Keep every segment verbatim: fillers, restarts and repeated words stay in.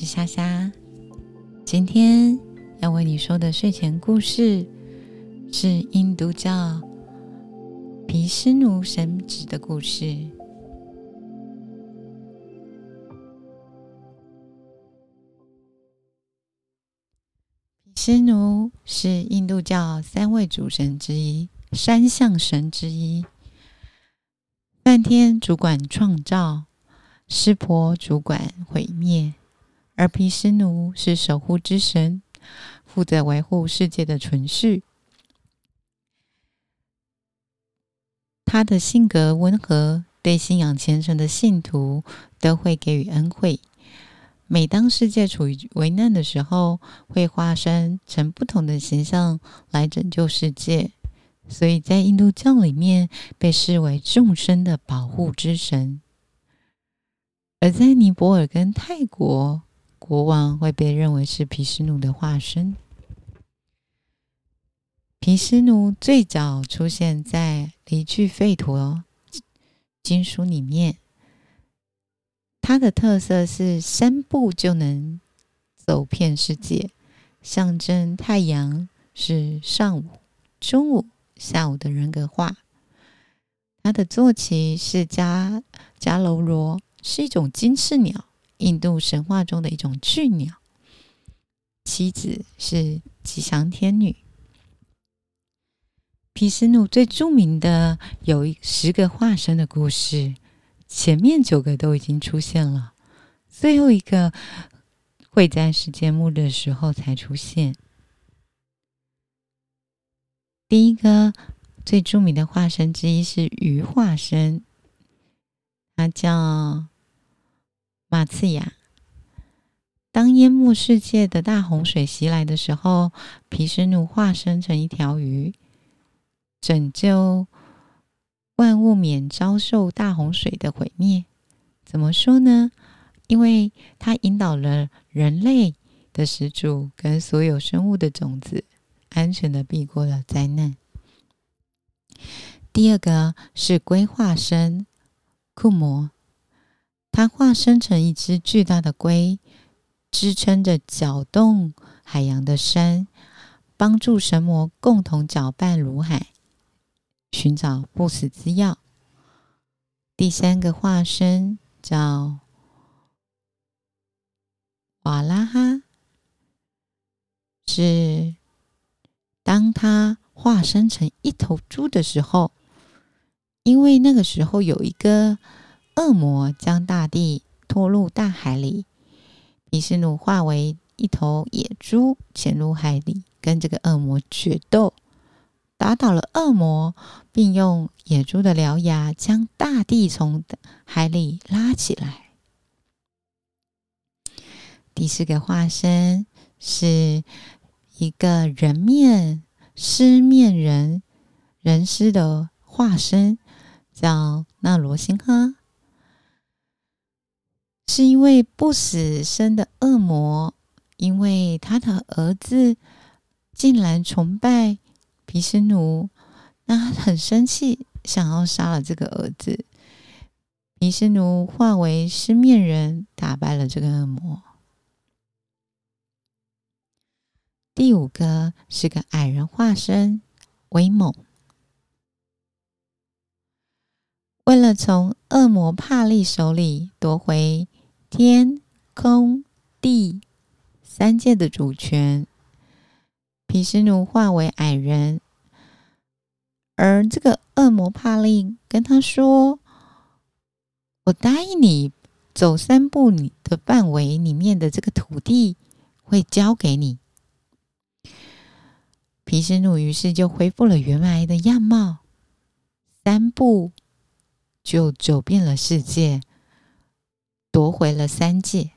夏夏。今天要为你说的睡前故事是印度教毗湿奴神祇的故事。毗湿奴是印度教三位主神之一，三相神之一。梵天主管创造，湿婆主管毁灭，而毗湿奴是守护之神，负责维护世界的存续。他的性格温和，对信仰虔诚的信徒都会给予恩惠。每当世界处于危难的时候，会化身成不同的形象来拯救世界，所以在印度教里面被视为众生的保护之神。而在尼泊尔跟泰国，国王会被认为是毗湿奴的化身。毗湿奴最早出现在离句吠陀经书里面，它的特色是三步就能走遍世界，象征太阳是上午、中午、下午的人格化。它的坐骑是迦迦楼罗，是一种金翅鸟，印度神话中的一种巨鸟。妻子是吉祥天女。毗湿奴最著名的有十个化身的故事，前面九个都已经出现了，最后一个会在世界末日的时候才出现。第一个最著名的化身之一是鱼化身，它叫马次雅。当淹没世界的大洪水袭来的时候，毗湿奴化身成一条鱼，拯救万物免遭受大洪水的毁灭。怎么说呢？因为它引导了人类的始祖跟所有生物的种子安全的避过了灾难。第二个是龟化身库摩，它化身成一只巨大的龟，支撑着搅动海洋的山，帮助神魔共同搅拌乳海，寻找不死之药。第三个化身叫瓦拉哈，是当他化身成一头猪的时候，因为那个时候有一个恶魔将大地拖入大海里，毗湿奴化为一头野猪潜入海里，跟这个恶魔决斗，打倒了恶魔，并用野猪的獠牙将大地从海里拉起来。第四个化身是一个人面狮面人人狮的化身，叫那罗辛哈。是因为不死身的恶魔，因为他的儿子竟然崇拜毗湿奴，那他很生气，想要杀了这个儿子。毗湿奴化为狮面人，打败了这个恶魔。第五个是个矮人化身威猛，为了从恶魔帕利手里夺回天空地三界的主权，毗湿奴化为矮人，而这个恶魔帕利跟他说，我答应你走三步你的范围里面的这个土地会交给你。毗湿奴于是就恢复了原来的样貌，三步就走遍了世界，夺回了三界。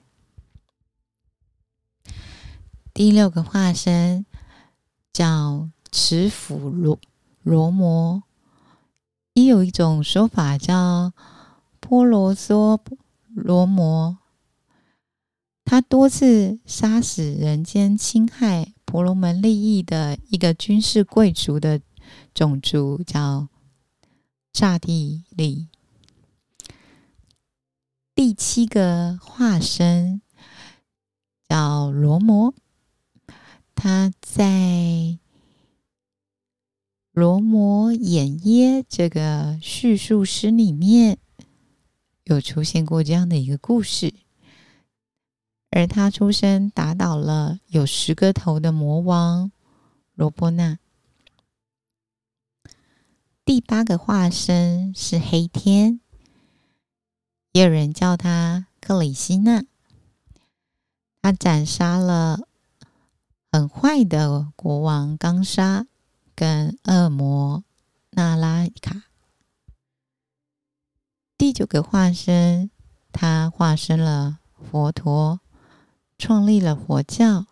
第六个化身叫持斧罗罗摩，也有一种说法叫波罗梭罗摩，他多次杀死人间侵害婆罗门利益的一个军事贵族的种族，叫刹帝利。第七个化身叫罗摩，他在《罗摩衍耶》这个叙述诗里面有出现过这样的一个故事，而他出生打倒了有十个头的魔王罗波那。第八个化身是黑天，也有人叫他克里希那，他斩杀了很坏的国王冈沙跟恶魔那拉卡。第九个化身，他化身了佛陀，创立了佛教，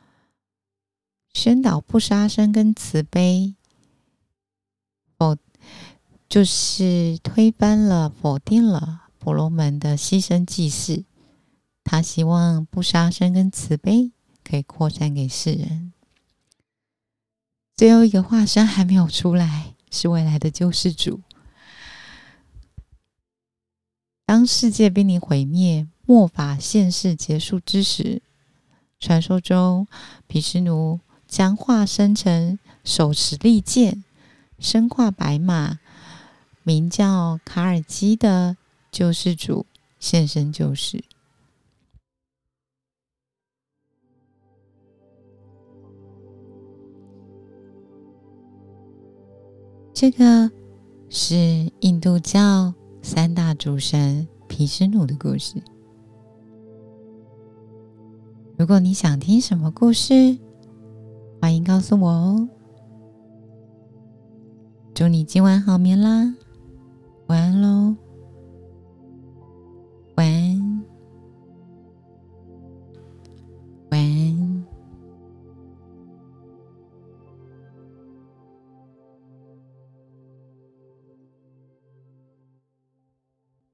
宣导不杀生跟慈悲，否就是推翻了否定了婆罗门的牺牲祭祀。他希望不杀生跟慈悲可以扩散给世人。最后一个化身还没有出来，是未来的救世主。当世界濒临毁灭，末法现世结束之时，传说中毗湿奴将化身成手持利剑、身跨白马，名叫卡尔基的救世主现身救世。这个是印度教三大主神毗湿奴的故事。如果你想听什么故事，欢迎告诉我哦。祝你今晚好眠啦！